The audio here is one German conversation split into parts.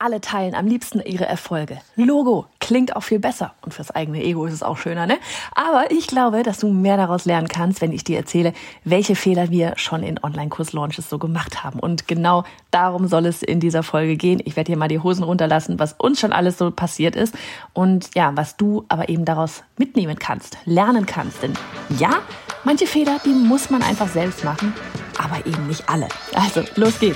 Alle teilen am liebsten ihre Erfolge. Logo klingt auch viel besser. Und fürs eigene Ego ist es auch schöner, ne? Aber ich glaube, dass du mehr daraus lernen kannst, wenn ich dir erzähle, welche Fehler wir schon in Online-Kurs-Launches so gemacht haben. Und genau darum soll es in dieser Folge gehen. Ich werde hier mal die Hosen runterlassen, was uns schon alles so passiert ist. Und ja, was du aber eben daraus mitnehmen kannst, lernen kannst. Denn ja, manche Fehler, die muss man einfach selbst machen, aber eben nicht alle. Also, los geht's.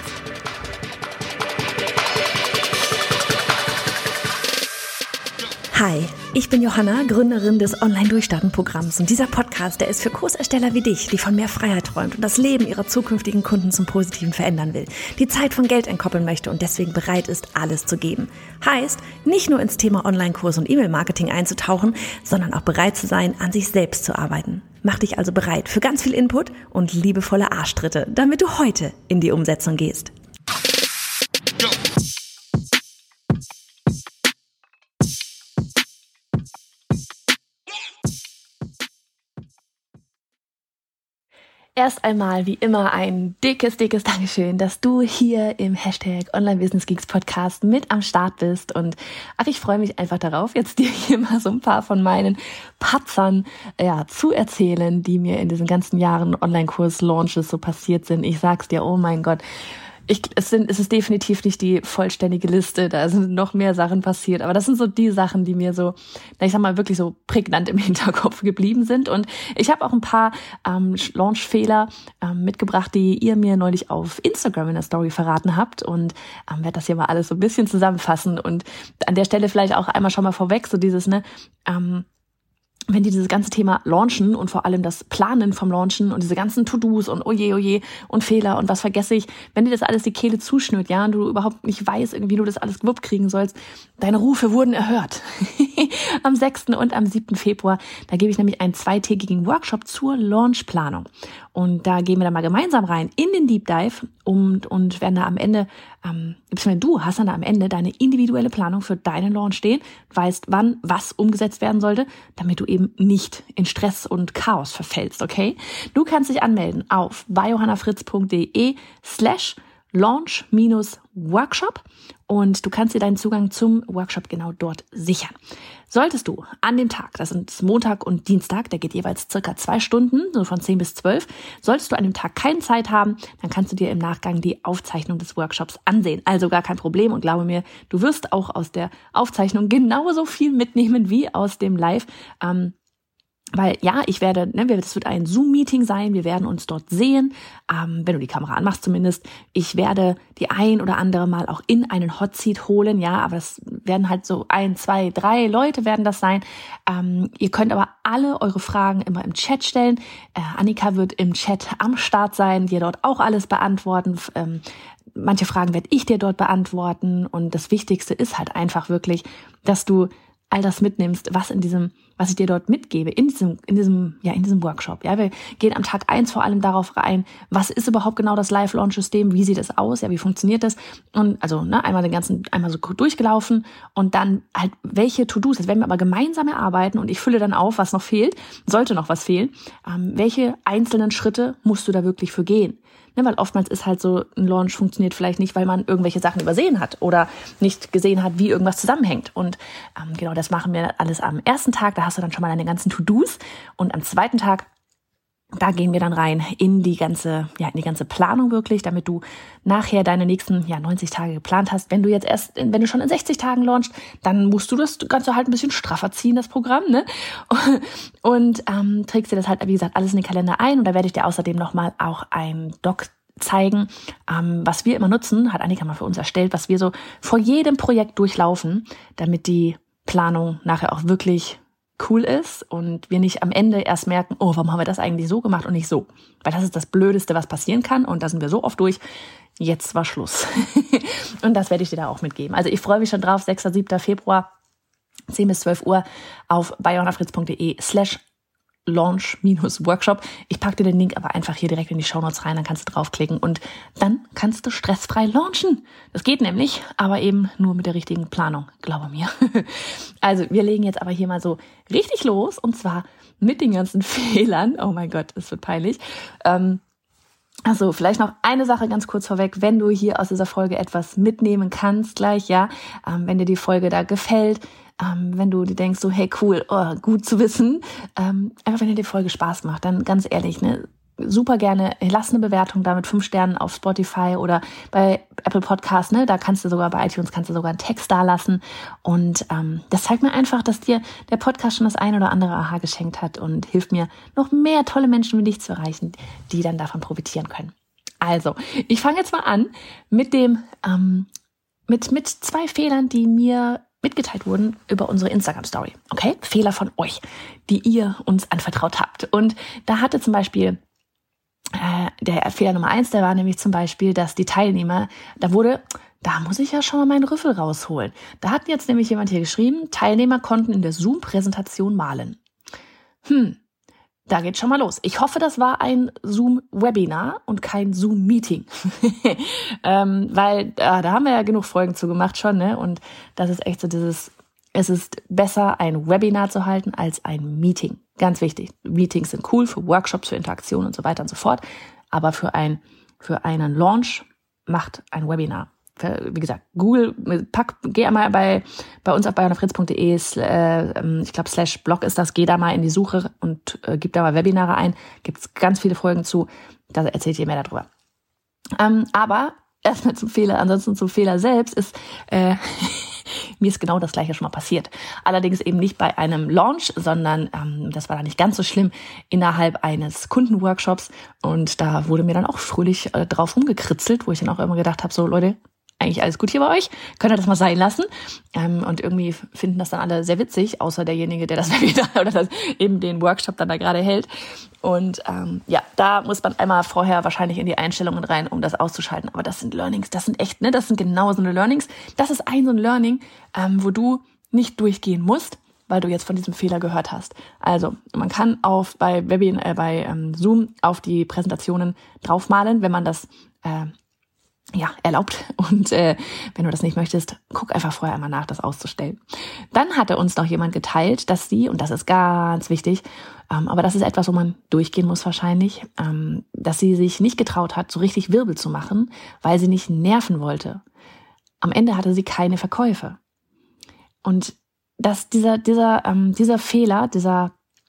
Hi, ich bin Johanna, Gründerin des Online-Durchstarten-Programms und dieser Podcast, der ist für Kursersteller wie dich, die von mehr Freiheit träumt und das Leben ihrer zukünftigen Kunden zum Positiven verändern will, die Zeit von Geld entkoppeln möchte und deswegen bereit ist, alles zu geben. Heißt, nicht nur ins Thema Online-Kurs und E-Mail-Marketing einzutauchen, sondern auch bereit zu sein, an sich selbst zu arbeiten. Mach dich also bereit für ganz viel Input und liebevolle Arschtritte, damit du heute in die Umsetzung gehst. Erst einmal, wie immer, ein dickes Dankeschön, dass du hier im Hashtag Online Business Geeks Podcast mit am Start bist. Und ich freue mich einfach darauf, jetzt dir hier mal so ein paar von meinen Patzern zu erzählen, die mir in diesen ganzen Jahren Online-Kurs-Launches so passiert sind. Ich sag's dir, oh mein Gott. Es ist definitiv nicht die vollständige Liste, da sind noch mehr Sachen passiert, aber das sind so die Sachen, die mir so, ich sag mal, wirklich so prägnant im Hinterkopf geblieben sind. Und ich habe auch ein paar Launchfehler mitgebracht, die ihr mir neulich auf Instagram in der Story verraten habt, und werde das hier mal alles so ein bisschen zusammenfassen. Und an der Stelle vielleicht auch einmal schon mal vorweg, so dieses, wenn die dieses ganze Thema Launchen und vor allem das Planen vom Launchen und diese ganzen To-Dos und oje und Fehler und was vergesse ich, wenn dir das alles die Kehle zuschnürt, ja, und du überhaupt nicht weißt, irgendwie, wie du das alles gewuppt kriegen sollst, deine Rufe wurden erhört. Am 6. und am 7. Februar, da gebe ich nämlich einen 2-tägigen Workshop zur Launchplanung. Und da gehen wir dann mal gemeinsam rein in den Deep Dive und werden da am Ende, du hast dann da am Ende deine individuelle Planung für deinen Launch stehen, weißt, wann was umgesetzt werden sollte, damit du eben nicht in Stress und Chaos verfällst, okay? Du kannst dich anmelden auf biohannafritz.de/launch-workshop und du kannst dir deinen Zugang zum Workshop genau dort sichern. Solltest du an dem Tag, das sind Montag und Dienstag, der geht jeweils circa 2 Stunden, so von 10 bis 12, solltest du an dem Tag keine Zeit haben, dann kannst du dir im Nachgang die Aufzeichnung des Workshops ansehen. Also gar kein Problem, und glaube mir, du wirst auch aus der Aufzeichnung genauso viel mitnehmen wie aus dem Live. Weil ja, das wird ein Zoom-Meeting sein, wir werden uns dort sehen, wenn du die Kamera anmachst zumindest. Ich werde die ein oder andere Mal auch in einen Hotseat holen, ja, aber das werden halt so 1, 2, 3 Leute werden das sein. Ihr könnt aber alle eure Fragen immer im Chat stellen. Annika wird im Chat am Start sein, dir dort auch alles beantworten. Manche Fragen werde ich dir dort beantworten, und das Wichtigste ist halt einfach wirklich, dass du all das mitnimmst, was ich dir dort mitgebe, in diesem Workshop. Ja, wir gehen am Tag 1 vor allem darauf rein, was ist überhaupt genau das Live-Launch-System, wie sieht es aus, ja, wie funktioniert das? Und also, einmal so durchgelaufen, und dann halt, welche To-Dos, das werden wir aber gemeinsam erarbeiten, und ich fülle dann auf, was noch fehlt, sollte noch was fehlen, welche einzelnen Schritte musst du da wirklich für gehen? Weil oftmals ist halt so, ein Launch funktioniert vielleicht nicht, weil man irgendwelche Sachen übersehen hat oder nicht gesehen hat, wie irgendwas zusammenhängt. Und genau das machen wir alles am ersten Tag. Da hast du dann schon mal deine ganzen To-Dos. Und am zweiten Tag, da gehen wir dann rein in die ganze Planung wirklich, damit du nachher deine nächsten 90 Tage geplant hast. Wenn du schon in 60 Tagen launchst, dann musst du das Ganze halt ein bisschen straffer ziehen, das Programm, ne? Und trägst dir das halt, wie gesagt, alles in den Kalender ein. Und da werde ich dir außerdem nochmal auch ein Doc zeigen, was wir immer nutzen, hat Annika mal für uns erstellt, was wir so vor jedem Projekt durchlaufen, damit die Planung nachher auch wirklich cool ist und wir nicht am Ende erst merken, oh, warum haben wir das eigentlich so gemacht und nicht so? Weil das ist das Blödeste, was passieren kann, und da sind wir so oft durch. Jetzt war Schluss. Und das werde ich dir da auch mitgeben. Also ich freue mich schon drauf, 6. 7. Februar, 10 bis 12 Uhr auf biohannafritz.de/launch-workshop. Ich packe dir den Link aber einfach hier direkt in die Shownotes rein, dann kannst du draufklicken und dann kannst du stressfrei launchen. Das geht nämlich, aber eben nur mit der richtigen Planung, glaube mir. Also wir legen jetzt aber hier mal so richtig los, und zwar mit den ganzen Fehlern. Oh mein Gott, es wird peinlich. Also vielleicht noch eine Sache ganz kurz vorweg, wenn du hier aus dieser Folge etwas mitnehmen kannst gleich, ja, wenn dir die Folge da gefällt, wenn du dir denkst so, hey cool, gut zu wissen, einfach wenn dir die Folge Spaß macht, dann ganz ehrlich, ne, super gerne, lass eine Bewertung da mit 5 Sternen auf Spotify oder bei Apple Podcasts, ne, da kannst du sogar bei iTunes sogar einen Text da lassen und das zeigt mir einfach, dass dir der Podcast schon das ein oder andere Aha geschenkt hat und hilft mir, noch mehr tolle Menschen wie dich zu erreichen, die dann davon profitieren können. Also, ich fange jetzt mal an mit dem mit 2 Fehlern, die mir mitgeteilt wurden über unsere Instagram-Story. Okay? Fehler von euch, die ihr uns anvertraut habt. Und da hatte zum Beispiel der Fehler Nummer 1, der war nämlich zum Beispiel, dass die Teilnehmer, da muss ich ja schon mal meinen Rüffel rausholen. Da hat jetzt nämlich jemand hier geschrieben, Teilnehmer konnten in der Zoom-Präsentation malen. Da geht's schon mal los. Ich hoffe, das war ein Zoom-Webinar und kein Zoom-Meeting. Weil da haben wir ja genug Folgen zu gemacht schon, ne? Und das ist echt so es ist besser, ein Webinar zu halten als ein Meeting. Ganz wichtig. Meetings sind cool für Workshops, für Interaktion und so weiter und so fort. Aber für einen Launch macht ein Webinar. Wie gesagt, geh einmal bei uns auf bayonafritz.de, ich glaube /blog ist das, geh da mal in die Suche und gib da mal Webinare ein. Gibt's ganz viele Folgen zu, da erzählt ihr mehr darüber. Aber erstmal zum Fehler, ansonsten zum Fehler selbst ist, mir ist genau das Gleiche schon mal passiert. Allerdings eben nicht bei einem Launch, sondern das war da nicht ganz so schlimm, innerhalb eines Kundenworkshops. Und da wurde mir dann auch fröhlich drauf rumgekritzelt, wo ich dann auch immer gedacht habe, so Leute, eigentlich alles gut hier bei euch, könnt ihr das mal sein lassen. Und irgendwie finden das dann alle sehr witzig, außer derjenige, der das Webinar oder eben den Workshop dann da gerade hält. Und da muss man einmal vorher wahrscheinlich in die Einstellungen rein, um das auszuschalten. Aber das sind Learnings, das sind echt, ne, das sind genau so eine Learnings. Das ist ein so ein Learning, wo du nicht durchgehen musst, weil du jetzt von diesem Fehler gehört hast. Also man kann bei Zoom auf die Präsentationen draufmalen, wenn man das erlaubt. Und wenn du das nicht möchtest, guck einfach vorher einmal nach, das auszustellen. Dann hatte uns noch jemand geteilt, dass sie, und das ist ganz wichtig, aber das ist etwas, wo man durchgehen muss wahrscheinlich, dass sie sich nicht getraut hat, so richtig Wirbel zu machen, weil sie nicht nerven wollte. Am Ende hatte sie keine Verkäufe. Und dieser Fehler, dieser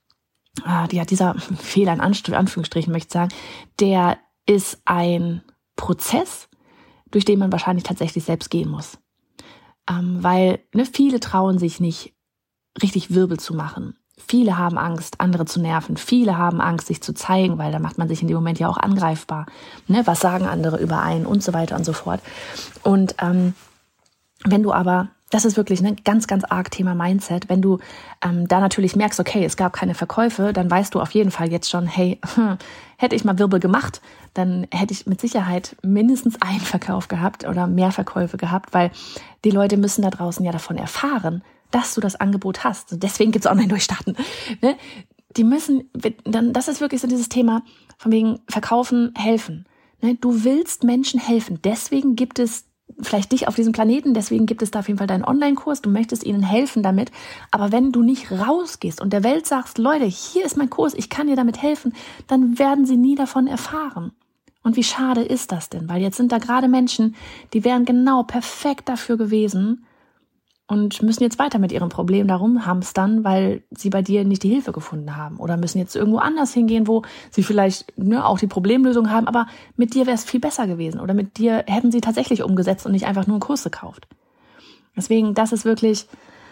Fehler in Anführungsstrichen möchte ich sagen, der ist ein Prozess, durch den man wahrscheinlich tatsächlich selbst gehen muss. Weil viele trauen sich nicht, richtig Wirbel zu machen. Viele haben Angst, andere zu nerven. Viele haben Angst, sich zu zeigen, weil da macht man sich in dem Moment ja auch angreifbar. Was sagen andere über einen und so weiter und so fort. Und wenn du aber, das ist wirklich ein ganz, ganz arg Thema Mindset, wenn du da natürlich merkst, okay, es gab keine Verkäufe, dann weißt du auf jeden Fall jetzt schon, hey, hätte ich mal Wirbel gemacht, dann hätte ich mit Sicherheit mindestens einen Verkauf gehabt oder mehr Verkäufe gehabt, weil die Leute müssen da draußen ja davon erfahren, dass du das Angebot hast. Und deswegen gibt's Online-Durchstarten. Ne? Die müssen, das ist wirklich so dieses Thema von wegen Verkaufen, helfen. Ne? Du willst Menschen helfen, deswegen gibt es vielleicht dich auf diesem Planeten, deswegen gibt es da auf jeden Fall deinen Online-Kurs, du möchtest ihnen helfen damit, aber wenn du nicht rausgehst und der Welt sagst, Leute, hier ist mein Kurs, ich kann dir damit helfen, dann werden sie nie davon erfahren. Und wie schade ist das denn? Weil jetzt sind da gerade Menschen, die wären genau perfekt dafür gewesen und müssen jetzt weiter mit ihrem Problem darum hamstern, weil sie bei dir nicht die Hilfe gefunden haben oder müssen jetzt irgendwo anders hingehen, wo sie vielleicht auch die Problemlösung haben, aber mit dir wäre es viel besser gewesen oder mit dir hätten sie tatsächlich umgesetzt und nicht einfach nur einen Kurs gekauft. Deswegen, das ist wirklich,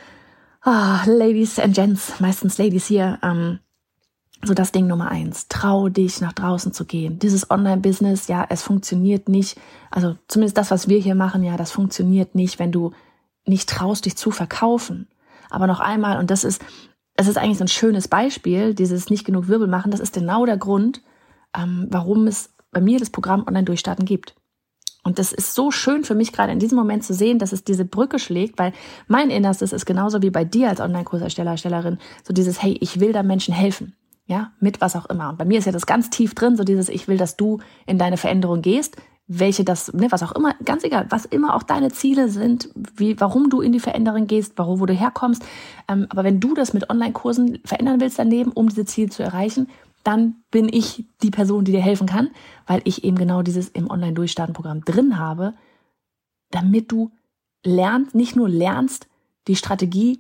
Ladies and Gents, meistens Ladies hier, so das Ding Nummer 1. Trau dich, nach draußen zu gehen. Dieses Online-Business, es funktioniert nicht, also zumindest das, was wir hier machen, das funktioniert nicht, wenn du nicht traust, dich zu verkaufen. Aber noch einmal, und das ist eigentlich so ein schönes Beispiel, dieses nicht genug Wirbel machen, das ist genau der Grund, warum es bei mir das Programm Online-Durchstarten gibt. Und das ist so schön für mich gerade in diesem Moment zu sehen, dass es diese Brücke schlägt, weil mein Innerstes ist genauso wie bei dir als Online-Kursersteller, Erstellerin, so dieses, hey, ich will da Menschen helfen. Mit was auch immer. Und bei mir ist ja das ganz tief drin, so dieses, ich will, dass du in deine Veränderung gehst, was auch immer, ganz egal, was immer auch deine Ziele sind, warum du in die Veränderung gehst, wo du herkommst. Aber wenn du das mit Online-Kursen verändern willst, dein Leben, um diese Ziele zu erreichen, dann bin ich die Person, die dir helfen kann, weil ich eben genau dieses im Online-Durchstarten-Programm drin habe, damit du nicht nur die Strategie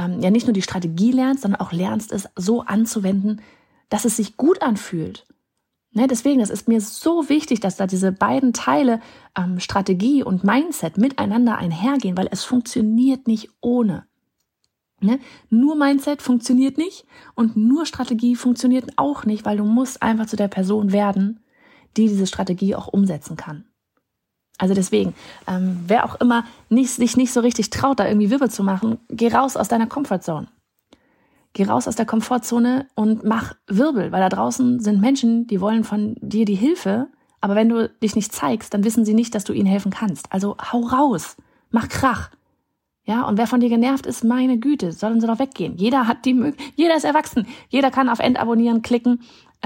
lernst, sondern auch lernst, es so anzuwenden, dass es sich gut anfühlt. Ne, deswegen, das ist mir so wichtig, dass da diese beiden Teile Strategie und Mindset miteinander einhergehen, weil es funktioniert nicht ohne. Ne? Nur Mindset funktioniert nicht und nur Strategie funktioniert auch nicht, weil du musst einfach zu der Person werden, die diese Strategie auch umsetzen kann. Also deswegen, wer auch immer sich nicht so richtig traut, da irgendwie Wirbel zu machen, geh raus aus deiner Comfortzone. Geh raus aus der Komfortzone und mach Wirbel, weil da draußen sind Menschen, die wollen von dir die Hilfe, aber wenn du dich nicht zeigst, dann wissen sie nicht, dass du ihnen helfen kannst. Also hau raus, mach Krach. Ja, und wer von dir genervt ist, meine Güte, sollen sie doch weggehen. Jeder ist erwachsen, jeder kann auf Endabonnieren klicken.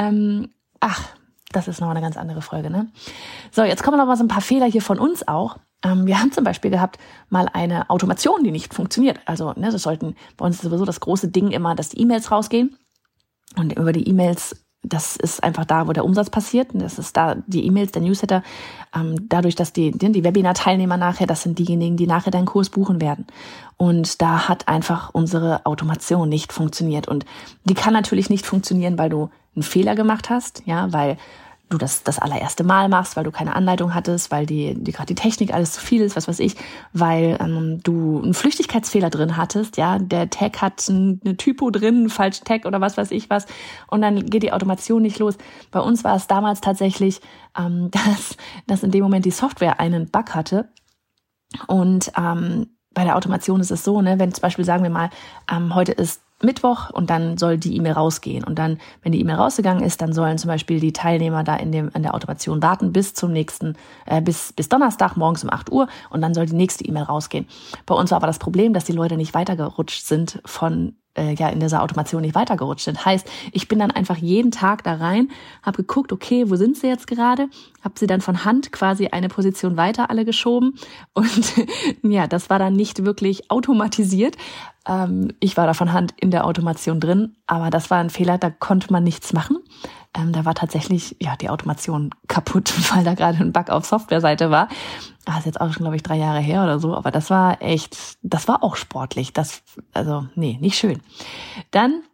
Das ist noch eine ganz andere Folge, ne? So, jetzt kommen noch mal so ein paar Fehler hier von uns auch. Wir haben zum Beispiel gehabt mal eine Automation, die nicht funktioniert. Also, ne, bei uns ist sowieso das große Ding immer, dass die E-Mails rausgehen. Und über die E-Mails, das ist einfach da, wo der Umsatz passiert. Das ist da die E-Mails, der Newsletter. Dadurch, dass die Webinar-Teilnehmer nachher, das sind diejenigen, die nachher deinen Kurs buchen werden. Und da hat einfach unsere Automation nicht funktioniert. Und die kann natürlich nicht funktionieren, weil du einen Fehler gemacht hast, ja, weil du das allererste Mal machst, weil du keine Anleitung hattest, weil gerade die Technik alles zu viel ist, was weiß ich, weil du einen Flüchtigkeitsfehler drin hattest, ja, der Tag hat eine Typo drin, einen falschen Tag oder was weiß ich was, und dann geht die Automation nicht los. Bei uns war es damals tatsächlich, dass in dem Moment die Software einen Bug hatte, und bei der Automation ist es so, ne, wenn zum Beispiel, sagen wir mal, heute ist Mittwoch und dann soll die E-Mail rausgehen. Und dann, wenn die E-Mail rausgegangen ist, dann sollen zum Beispiel die Teilnehmer da in der Automation warten bis zum nächsten, bis Donnerstag morgens um 8 Uhr, und dann soll die nächste E-Mail rausgehen. Bei uns war aber das Problem, dass die Leute nicht weitergerutscht sind in dieser Automation nicht weitergerutscht sind. Heißt, ich bin dann einfach jeden Tag da rein, habe geguckt, okay, wo sind sie jetzt gerade? Habe sie dann von Hand quasi eine Position weiter alle geschoben, und ja, das war dann nicht wirklich automatisiert. Ich war da von Hand in der Automation drin, aber das war ein Fehler, da konnte man nichts machen. Da war tatsächlich die Automation kaputt, weil da gerade ein Bug auf Softwareseite war. Das ist jetzt auch schon, glaube ich, 3 Jahre her oder so, aber das war auch sportlich. Nicht schön. Dann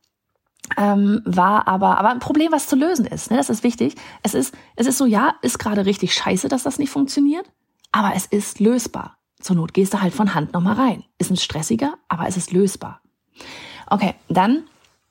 war aber ein Problem, was zu lösen ist. Ne? Das ist wichtig. Es ist so, ja, ist gerade richtig scheiße, dass das nicht funktioniert, aber es ist lösbar. Zur Not gehst du halt von Hand nochmal rein. Ist ein stressiger, aber es ist lösbar. Okay, dann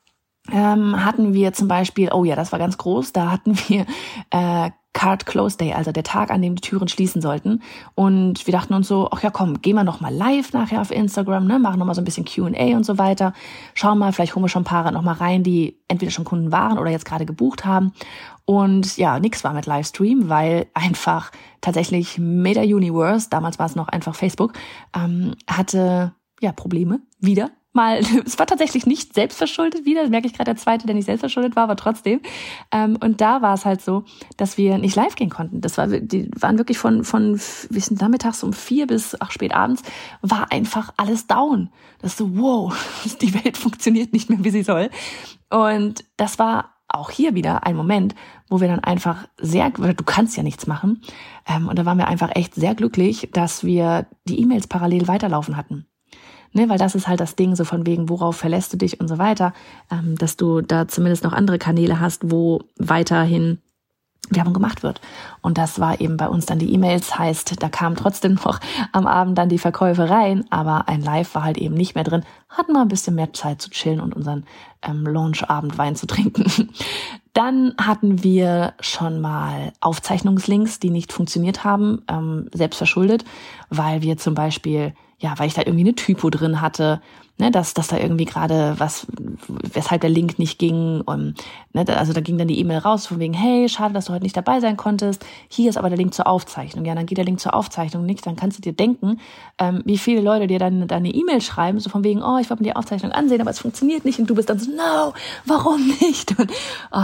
hatten wir zum Beispiel, das war ganz groß, da hatten wir Card Close Day, also der Tag, an dem die Türen schließen sollten. Und wir dachten uns so, ach ja komm, gehen wir noch mal live nachher auf Instagram, ne, machen noch mal so ein bisschen Q&A und so weiter. Schauen mal, vielleicht holen wir schon ein paar noch mal rein, die entweder schon Kunden waren oder jetzt gerade gebucht haben. Und ja, nix war mit Livestream, weil einfach tatsächlich Meta Universe, damals war es noch einfach Facebook, hatte Probleme wieder. Es war tatsächlich nicht selbstverschuldet wieder, das merke ich gerade, der zweite, der nicht selbstverschuldet war, aber trotzdem. Und da war es halt so, dass wir nicht live gehen konnten. Die waren wirklich von nachmittags um 4 bis spät abends, war einfach alles down. Das ist so, wow, die Welt funktioniert nicht mehr, wie sie soll. Und das war auch hier wieder ein Moment, wo wir dann einfach du kannst ja nichts machen. Und da waren wir einfach echt sehr glücklich, dass wir die E-Mails parallel weiterlaufen hatten. Ne, weil das ist halt das Ding, so von wegen, worauf verlässt du dich und so weiter, dass du da zumindest noch andere Kanäle hast, wo weiterhin Werbung gemacht wird. Und das war eben bei uns dann die E-Mails, heißt, da kamen trotzdem noch am Abend dann die Verkäufe rein, aber ein Live war halt eben nicht mehr drin, hatten wir ein bisschen mehr Zeit zu chillen und unseren Launch-Abend-Wein zu trinken. Dann hatten wir schon mal Aufzeichnungslinks, die nicht funktioniert haben, selbst verschuldet, weil wir zum Beispiel, weil ich da irgendwie eine Typo drin hatte, ne, dass da irgendwie gerade weshalb der Link nicht ging, also da ging dann die E-Mail raus von wegen, hey, schade, dass du heute nicht dabei sein konntest, hier ist aber der Link zur Aufzeichnung. Ja, dann geht der Link zur Aufzeichnung nicht, dann kannst du dir denken, wie viele Leute dir dann deine E-Mail schreiben, so von wegen, ich wollte mir die Aufzeichnung ansehen, aber es funktioniert nicht, und du bist dann so, no, warum nicht? Und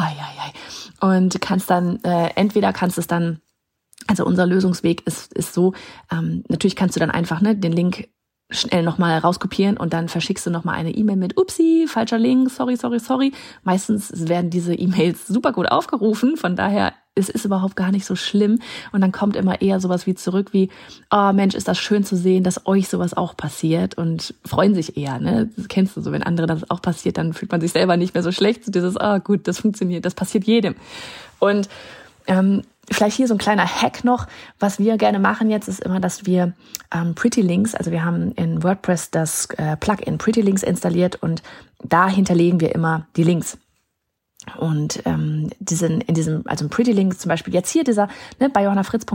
und kannst dann, also unser Lösungsweg ist so, natürlich kannst du dann einfach den Link schnell nochmal rauskopieren und dann verschickst du nochmal eine E-Mail mit Upsi, falscher Link, sorry. Meistens werden diese E-Mails super gut aufgerufen, von daher es ist überhaupt gar nicht so schlimm. Und dann kommt immer eher sowas wie zurück wie, oh Mensch, ist das schön zu sehen, dass euch sowas auch passiert, und freuen sich eher, ne? Das kennst du so, wenn andere das auch passiert, dann fühlt man sich selber nicht mehr so schlecht. So dieses, gut, das funktioniert, das passiert jedem. Und vielleicht hier so ein kleiner Hack noch, was wir gerne machen jetzt, ist immer, dass wir Pretty Links, also wir haben in WordPress das Plugin Pretty Links installiert und da hinterlegen wir immer die Links. Und also ein Pretty Link zum Beispiel jetzt hier dieser, ne, bei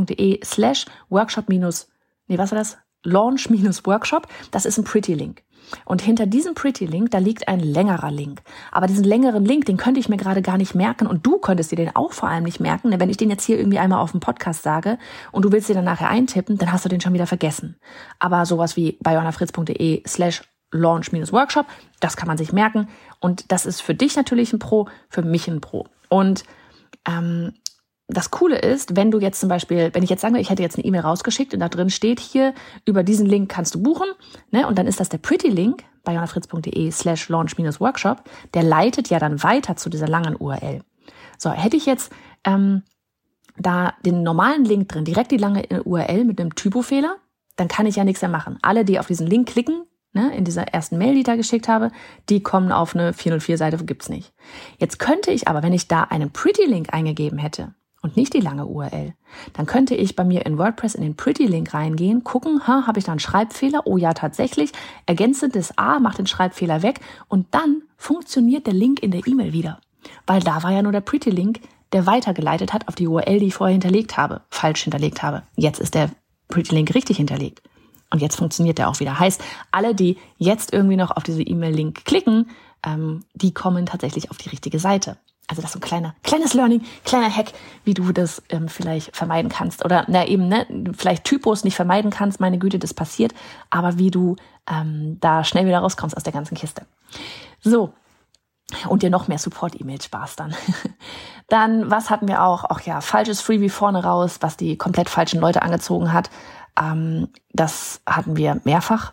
johannafritz.de/workshop- Launch-Workshop, das ist ein Pretty Link. Und hinter diesem Pretty Link, da liegt ein längerer Link. Aber diesen längeren Link, den könnte ich mir gerade gar nicht merken, und du könntest dir den auch vor allem nicht merken. Denn wenn ich den jetzt hier irgendwie einmal auf dem Podcast sage und du willst den dann nachher eintippen, dann hast du den schon wieder vergessen. Aber sowas wie bei johannafritz.de/Launch-Workshop, das kann man sich merken. Und das ist für dich natürlich ein Pro, für mich ein Pro. Und das Coole ist, wenn du jetzt zum Beispiel, wenn ich jetzt sage, ich hätte jetzt eine E-Mail rausgeschickt und da drin steht hier, über diesen Link kannst du buchen, ne? Und dann ist das der Pretty Link bei johannafritz.de/Launch-Workshop, der leitet ja dann weiter zu dieser langen URL. So, hätte ich jetzt da den normalen Link drin, direkt die lange URL mit einem Typofehler, dann kann ich ja nichts mehr machen. Alle, die auf diesen Link klicken, ne, in dieser ersten Mail, die ich da geschickt habe, die kommen auf eine 404-Seite, gibt's nicht. Jetzt könnte ich aber, wenn ich da einen Pretty Link eingegeben hätte und nicht die lange URL, dann könnte ich bei mir in WordPress in den Pretty Link reingehen, gucken, habe ich da einen Schreibfehler? Oh ja, tatsächlich. Ergänze das A, mach den Schreibfehler weg, und dann funktioniert der Link in der E-Mail wieder. Weil da war ja nur der Pretty Link, der weitergeleitet hat auf die URL, die ich vorher falsch hinterlegt habe. Jetzt ist der Pretty Link richtig hinterlegt. Und jetzt funktioniert der auch wieder. Heißt, alle, die jetzt irgendwie noch auf diese E-Mail-Link klicken, die kommen tatsächlich auf die richtige Seite. Also das ist so ein kleines Learning, kleiner Hack, wie du das vielleicht vermeiden kannst. Oder vielleicht Typos nicht vermeiden kannst, meine Güte, das passiert. Aber wie du da schnell wieder rauskommst aus der ganzen Kiste. So, und dir noch mehr Support-E-Mails sparst dann. Dann, was hatten wir auch? Ach ja, falsches Freebie vorne raus, was die komplett falschen Leute angezogen hat. Das hatten wir mehrfach.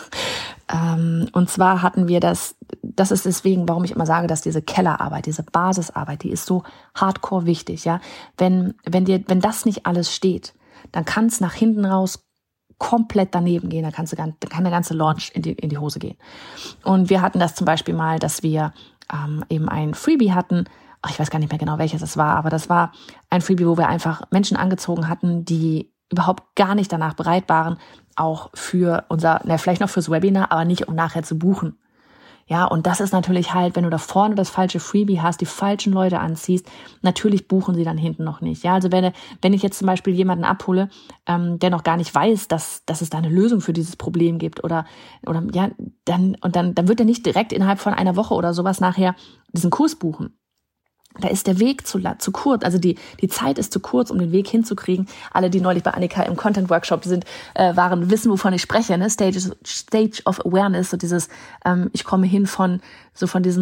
Und zwar hatten wir das ist deswegen, warum ich immer sage, dass diese Kellerarbeit, diese Basisarbeit, die ist so hardcore wichtig, ja. Wenn das nicht alles steht, dann kann es nach hinten raus komplett daneben gehen, dann kann der ganze Launch in die Hose gehen. Und wir hatten das zum Beispiel mal, dass wir eben ein Freebie hatten. Ich weiß gar nicht mehr genau, welches es war, aber das war ein Freebie, wo wir einfach Menschen angezogen hatten, die überhaupt gar nicht danach bereit waren, auch für vielleicht noch fürs Webinar, aber nicht, um nachher zu buchen. Ja, und das ist natürlich halt, wenn du da vorne das falsche Freebie hast, die falschen Leute anziehst, natürlich buchen sie dann hinten noch nicht. Ja, also wenn ich jetzt zum Beispiel jemanden abhole, der noch gar nicht weiß, dass es da eine Lösung für dieses Problem gibt oder ja, dann wird er nicht direkt innerhalb von einer Woche oder sowas nachher diesen Kurs buchen. Da ist der Weg zu kurz, also die Zeit ist zu kurz, um den Weg hinzukriegen. Alle, die neulich bei Annika im Content-Workshop sind, wissen, wovon ich spreche, ne? Stage of Awareness, so dieses, ich komme hin von diesem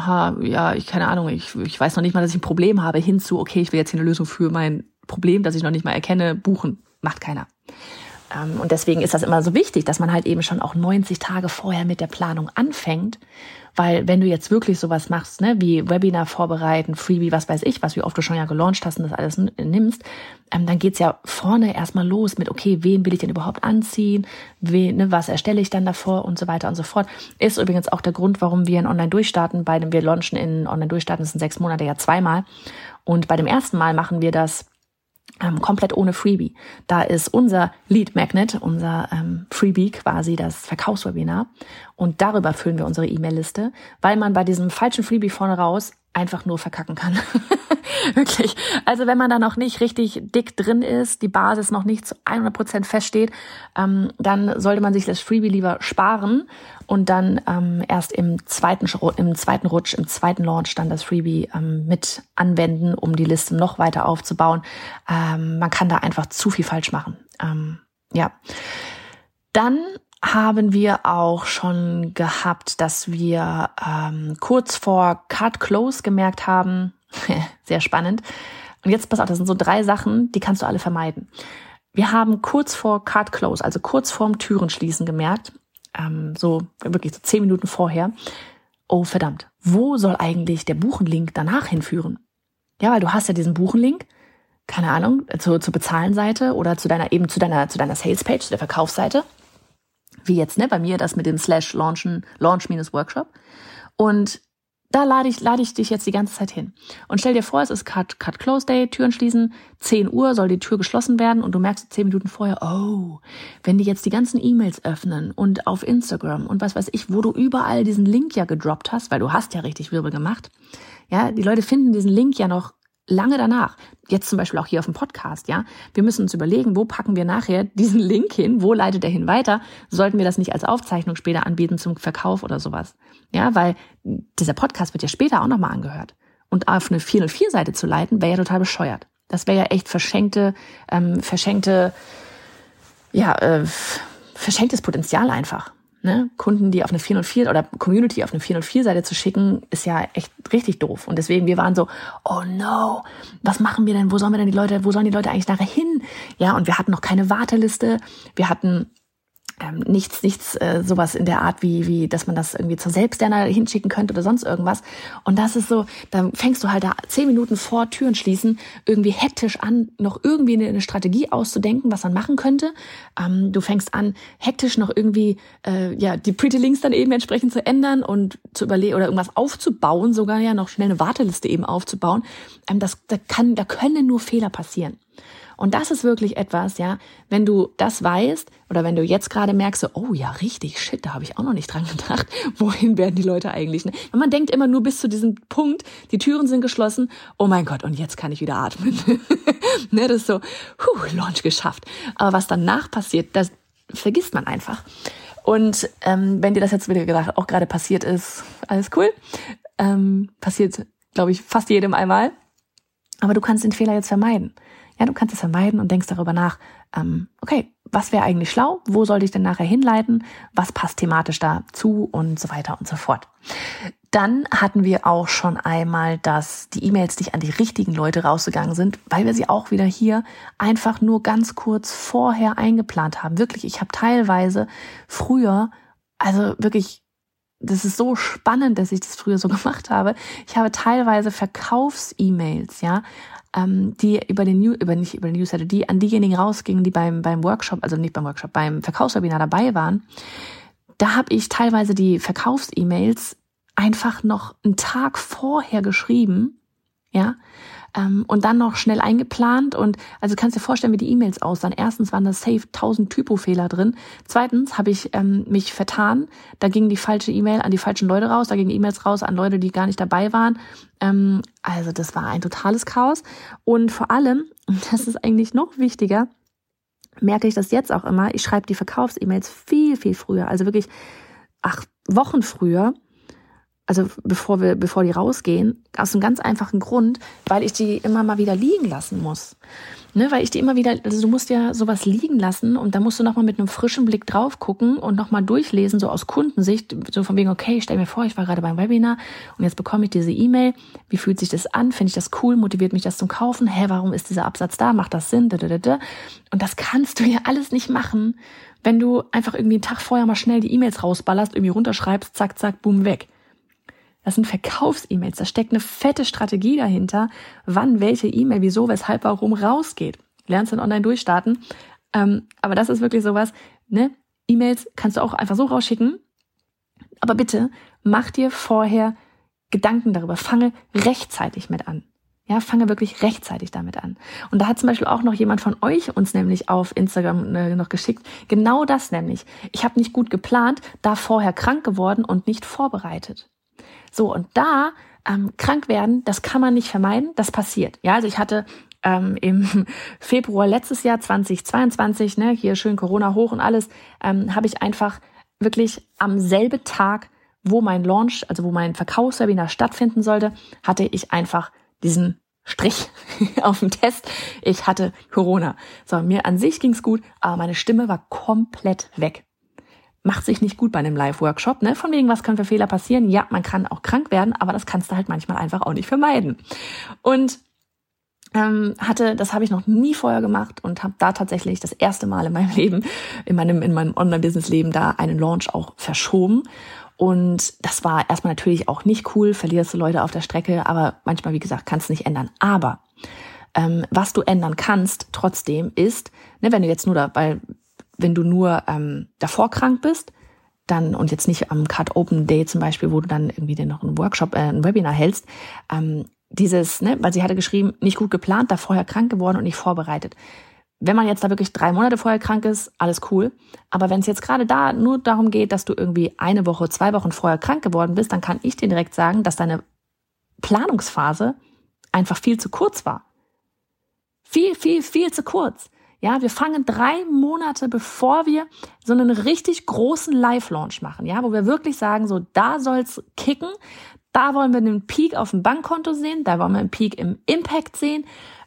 keine Ahnung, ich weiß noch nicht mal, dass ich ein Problem habe, hin zu, okay, ich will jetzt hier eine Lösung für mein Problem, das ich noch nicht mal erkenne, buchen. Macht keiner. Und deswegen ist das immer so wichtig, dass man halt eben schon auch 90 Tage vorher mit der Planung anfängt. Weil wenn du jetzt wirklich sowas machst, ne, wie Webinar vorbereiten, Freebie, was weiß ich, wie oft du schon ja gelauncht hast und das alles nimmst, dann geht's ja vorne erstmal los mit, okay, wen will ich denn überhaupt anziehen, was erstelle ich dann davor und so weiter und so fort. Ist übrigens auch der Grund, warum wir in Online-Durchstarten, wir launchen in Online-Durchstarten, das sind 6 Monate ja 2-mal. Und bei dem ersten Mal machen wir das komplett ohne Freebie. Da ist unser Lead Magnet, unser Freebie quasi das Verkaufswebinar, und darüber füllen wir unsere E-Mail-Liste, weil man bei diesem falschen Freebie vorne raus einfach nur verkacken kann. Wirklich. Also wenn man da noch nicht richtig dick drin ist, die Basis noch nicht zu 100% feststeht, dann sollte man sich das Freebie lieber sparen und dann erst im zweiten Launch dann das Freebie mit anwenden, um die Liste noch weiter aufzubauen. Man kann da einfach zu viel falsch machen. Ja. Dann haben wir auch schon gehabt, dass wir kurz vor Cart Close gemerkt haben, sehr spannend. Und jetzt pass auf, das sind so 3 Sachen, die kannst du alle vermeiden. Wir haben kurz vor Cart Close, also kurz vorm Türenschließen gemerkt, so wirklich so 10 Minuten vorher, oh verdammt, wo soll eigentlich der Buchenlink danach hinführen? Ja, weil du hast ja diesen Buchenlink, keine Ahnung, zur Bezahlen-Seite oder zu deiner Sales-Page, zu der Verkaufsseite. Wie jetzt, bei mir das mit dem /launch-workshop. Und da lade ich dich jetzt die ganze Zeit hin. Und stell dir vor, es ist Cut-Close-Day, Türen schließen, 10 Uhr soll die Tür geschlossen werden und du merkst 10 Minuten vorher, oh, wenn die jetzt die ganzen E-Mails öffnen und auf Instagram und was weiß ich, wo du überall diesen Link ja gedroppt hast, weil du hast ja richtig Wirbel gemacht, ja, die Leute finden diesen Link ja noch lange danach. Jetzt zum Beispiel auch hier auf dem Podcast, ja. Wir müssen uns überlegen, wo packen wir nachher diesen Link hin, wo leitet er hin weiter? Sollten wir das nicht als Aufzeichnung später anbieten zum Verkauf oder sowas? Ja, weil dieser Podcast wird ja später auch nochmal angehört. Und auf eine 404-Seite zu leiten, wäre ja total bescheuert. Das wäre ja echt verschenktes Potenzial einfach. Ne? Kunden, die auf eine 404 oder Community auf eine 404-Seite zu schicken, ist ja echt richtig doof. Und deswegen, wir waren so, oh no, was machen wir denn? Wo sollen die Leute eigentlich nachher hin? Ja, und wir hatten noch keine Warteliste. Wir hatten nichts sowas in der Art wie, dass man das irgendwie zur Selbstlerner hinschicken könnte oder sonst irgendwas. Und das ist so, dann fängst du halt da 10 Minuten vor Türen schließen irgendwie hektisch an, noch irgendwie eine Strategie auszudenken, was man machen könnte. Du fängst an, hektisch noch irgendwie die Pretty Links dann eben entsprechend zu ändern und zu überlegen oder irgendwas aufzubauen, sogar ja noch schnell eine Warteliste eben aufzubauen. Da können nur Fehler passieren. Und das ist wirklich etwas, ja, wenn du das weißt oder wenn du jetzt gerade merkst, so, oh ja, richtig, shit, da habe ich auch noch nicht dran gedacht, wohin werden die Leute eigentlich? Und man denkt immer nur bis zu diesem Punkt, die Türen sind geschlossen, oh mein Gott, und jetzt kann ich wieder atmen. Das ist so, Launch geschafft. Aber was danach passiert, das vergisst man einfach. Und wenn dir das jetzt wieder gedacht, auch gerade passiert ist, alles cool, passiert, glaube ich, fast jedem einmal. Aber du kannst den Fehler jetzt vermeiden. Ja, du kannst es vermeiden und denkst darüber nach, okay, was wäre eigentlich schlau? Wo sollte ich denn nachher hinleiten? Was passt thematisch dazu? Und so weiter und so fort. Dann hatten wir auch schon einmal, dass die E-Mails nicht an die richtigen Leute rausgegangen sind, weil wir sie auch wieder hier einfach nur ganz kurz vorher eingeplant haben. Wirklich, ich habe teilweise früher, also wirklich, das ist so spannend, dass ich das früher so gemacht habe. Ich habe teilweise Verkaufs-E-Mails, ja, die nicht über den Newsletter, die an diejenigen rausgingen, die beim Workshop, also nicht beim Workshop, beim Verkaufswebinar dabei waren. Da habe ich teilweise die Verkaufs-E-Mails einfach noch einen Tag vorher geschrieben, ja, und dann noch schnell eingeplant und also kannst dir vorstellen, wie die E-Mails aussahen. Erstens waren da safe 1000 Typofehler drin. Zweitens habe ich mich vertan. Da ging die falsche E-Mail an die falschen Leute raus. Da gingen E-Mails raus an Leute, die gar nicht dabei waren. Also das war ein totales Chaos. Und vor allem, und das ist eigentlich noch wichtiger, merke ich das jetzt auch immer, ich schreibe die Verkaufs-E-Mails viel, viel früher. Also wirklich 8 Wochen früher. Also bevor die rausgehen, aus einem ganz einfachen Grund, weil ich die immer mal wieder liegen lassen muss. Ne, weil ich die immer wieder, also du musst ja sowas liegen lassen und da musst du nochmal mit einem frischen Blick drauf gucken und nochmal durchlesen, so aus Kundensicht, so von wegen, okay, stell mir vor, ich war gerade beim Webinar und jetzt bekomme ich diese E-Mail. Wie fühlt sich das an? Finde ich das cool? Motiviert mich das zum Kaufen? Warum ist dieser Absatz da? Macht das Sinn? Und das kannst du ja alles nicht machen, wenn du einfach irgendwie einen Tag vorher mal schnell die E-Mails rausballerst, irgendwie runterschreibst, zack, zack, boom, weg. Das sind Verkaufs-E-Mails. Da steckt eine fette Strategie dahinter, wann welche E-Mail, wieso, weshalb, warum rausgeht. Lernst dann online durchstarten. Aber das ist wirklich sowas, ne? E-Mails kannst du auch einfach so rausschicken. Aber bitte, mach dir vorher Gedanken darüber. Fange rechtzeitig mit an. Ja, fange wirklich rechtzeitig damit an. Und da hat zum Beispiel auch noch jemand von euch uns nämlich auf Instagram noch geschickt. Genau das nämlich. Ich habe nicht gut geplant, da vorher krank geworden und nicht vorbereitet. So, und da krank werden, das kann man nicht vermeiden, das passiert. Ja, also ich hatte im Februar letztes Jahr 2022, ne, hier schön Corona hoch und alles, habe ich einfach wirklich am selben Tag, wo mein Launch, also wo mein Verkaufswebinar stattfinden sollte, hatte ich einfach diesen Strich auf dem Test. Ich hatte Corona. So, mir an sich ging's gut, aber meine Stimme war komplett weg. Macht sich nicht gut bei einem Live-Workshop, ne? Von wegen, was können für Fehler passieren? Ja, man kann auch krank werden, aber das kannst du halt manchmal einfach auch nicht vermeiden. Und das habe ich noch nie vorher gemacht und habe da tatsächlich das erste Mal in meinem Leben, in meinem Online-Business-Leben da einen Launch auch verschoben. Und das war erstmal natürlich auch nicht cool, verlierst du Leute auf der Strecke, aber manchmal, wie gesagt, kannst du nicht ändern. Aber was du ändern kannst trotzdem ist, wenn du nur davor krank bist, dann und jetzt nicht am Cut Open Day zum Beispiel, wo du dann irgendwie dir noch einen Workshop, ein Webinar hältst, weil sie hatte geschrieben, nicht gut geplant, da vorher krank geworden und nicht vorbereitet. Wenn man jetzt da wirklich 3 Monate vorher krank ist, alles cool. Aber wenn es jetzt gerade da nur darum geht, dass du irgendwie 1 Woche, 2 Wochen vorher krank geworden bist, dann kann ich dir direkt sagen, dass deine Planungsphase einfach viel zu kurz war. Viel, viel, viel zu kurz. Ja, wir fangen 3 Monate, bevor wir so einen richtig großen Live-Launch machen, ja, wo wir wirklich sagen, so, da soll's kicken. Da wollen wir einen Peak auf dem Bankkonto sehen, da wollen wir einen Peak im Impact sehen.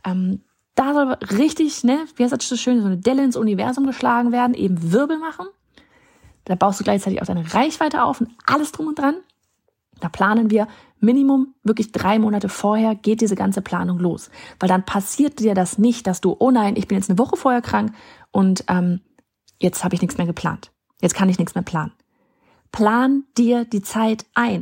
Da soll richtig, wie heißt das so schön, so eine Delle ins Universum geschlagen werden, eben Wirbel machen. Da baust du gleichzeitig auch deine Reichweite auf und alles drum und dran. Da planen wir Minimum wirklich 3 Monate vorher geht diese ganze Planung los. Weil dann passiert dir das nicht, dass du, oh nein, ich bin jetzt eine Woche vorher krank und jetzt habe ich nichts mehr geplant. Jetzt kann ich nichts mehr planen. Plan dir die Zeit ein.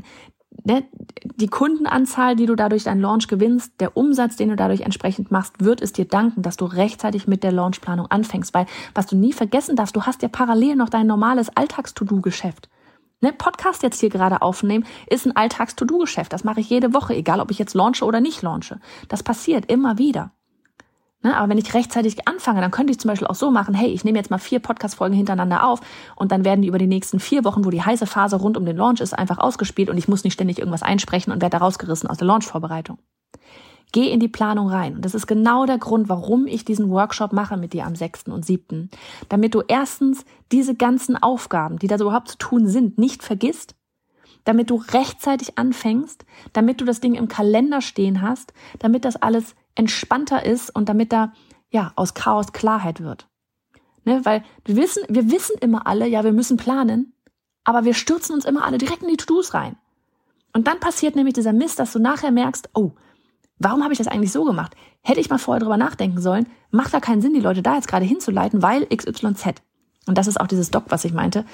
Die Kundenanzahl, die du dadurch deinen Launch gewinnst, der Umsatz, den du dadurch entsprechend machst, wird es dir danken, dass du rechtzeitig mit der Launchplanung anfängst. Weil, was du nie vergessen darfst, du hast ja parallel noch dein normales Alltags-To-Do-Geschäft. Podcast jetzt hier gerade aufnehmen, ist ein Alltags-To-Do-Geschäft. Das mache ich jede Woche, egal ob ich jetzt launche oder nicht launche. Das passiert immer wieder. Aber wenn ich rechtzeitig anfange, dann könnte ich zum Beispiel auch so machen, hey, ich nehme jetzt mal 4 Podcast-Folgen hintereinander auf und dann werden die über die nächsten 4 Wochen, wo die heiße Phase rund um den Launch ist, einfach ausgespielt und ich muss nicht ständig irgendwas einsprechen und werde da rausgerissen aus der Launch-Vorbereitung. Geh in die Planung rein. Und das ist genau der Grund, warum ich diesen Workshop mache mit dir am 6. und 7. Damit du erstens diese ganzen Aufgaben, die da so überhaupt zu tun sind, nicht vergisst, damit du rechtzeitig anfängst, damit du das Ding im Kalender stehen hast, damit das alles entspannter ist und damit da aus Chaos Klarheit wird. Weil wir wissen immer alle, wir müssen planen, aber wir stürzen uns immer alle direkt in die To-Dos rein. Und dann passiert nämlich dieser Mist, dass du nachher merkst, oh, warum habe ich das eigentlich so gemacht? Hätte ich mal vorher drüber nachdenken sollen, macht da keinen Sinn, die Leute da jetzt gerade hinzuleiten, weil XYZ. Und das ist auch dieses Doc, was ich meinte,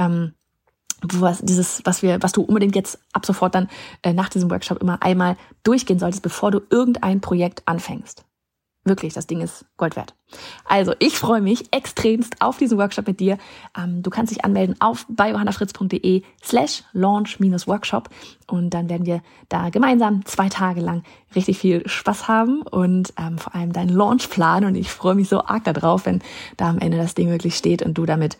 was du unbedingt jetzt ab sofort dann nach diesem Workshop immer einmal durchgehen solltest, bevor du irgendein Projekt anfängst. Wirklich, das Ding ist Gold wert. Also, ich freue mich extremst auf diesen Workshop mit dir. Du kannst dich anmelden bei johannafritz.de/launch-workshop und dann werden wir da gemeinsam 2 Tage lang richtig viel Spaß haben und vor allem deinen Launch planen. Und ich freue mich so arg darauf, wenn da am Ende das Ding wirklich steht und du damit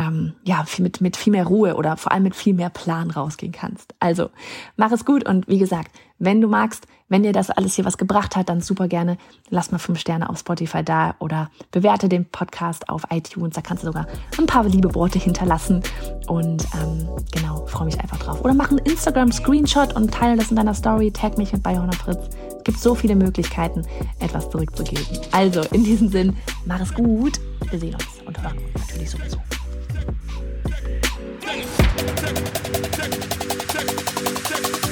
mit viel mehr Ruhe oder vor allem mit viel mehr Plan rausgehen kannst. Also, mach es gut und wie gesagt, wenn du magst, wenn dir das alles hier was gebracht hat, dann super gerne, lass mal 5 Sterne auf Spotify da oder bewerte den Podcast auf iTunes, da kannst du sogar ein paar liebe Worte hinterlassen und freue mich einfach drauf. Oder mach einen Instagram-Screenshot und teile das in deiner Story, tag mich mit bei Johanna Fritz. Es gibt so viele Möglichkeiten, etwas zurückzugeben. Also, in diesem Sinn, mach es gut, wir sehen uns und hören uns natürlich sowieso. Check.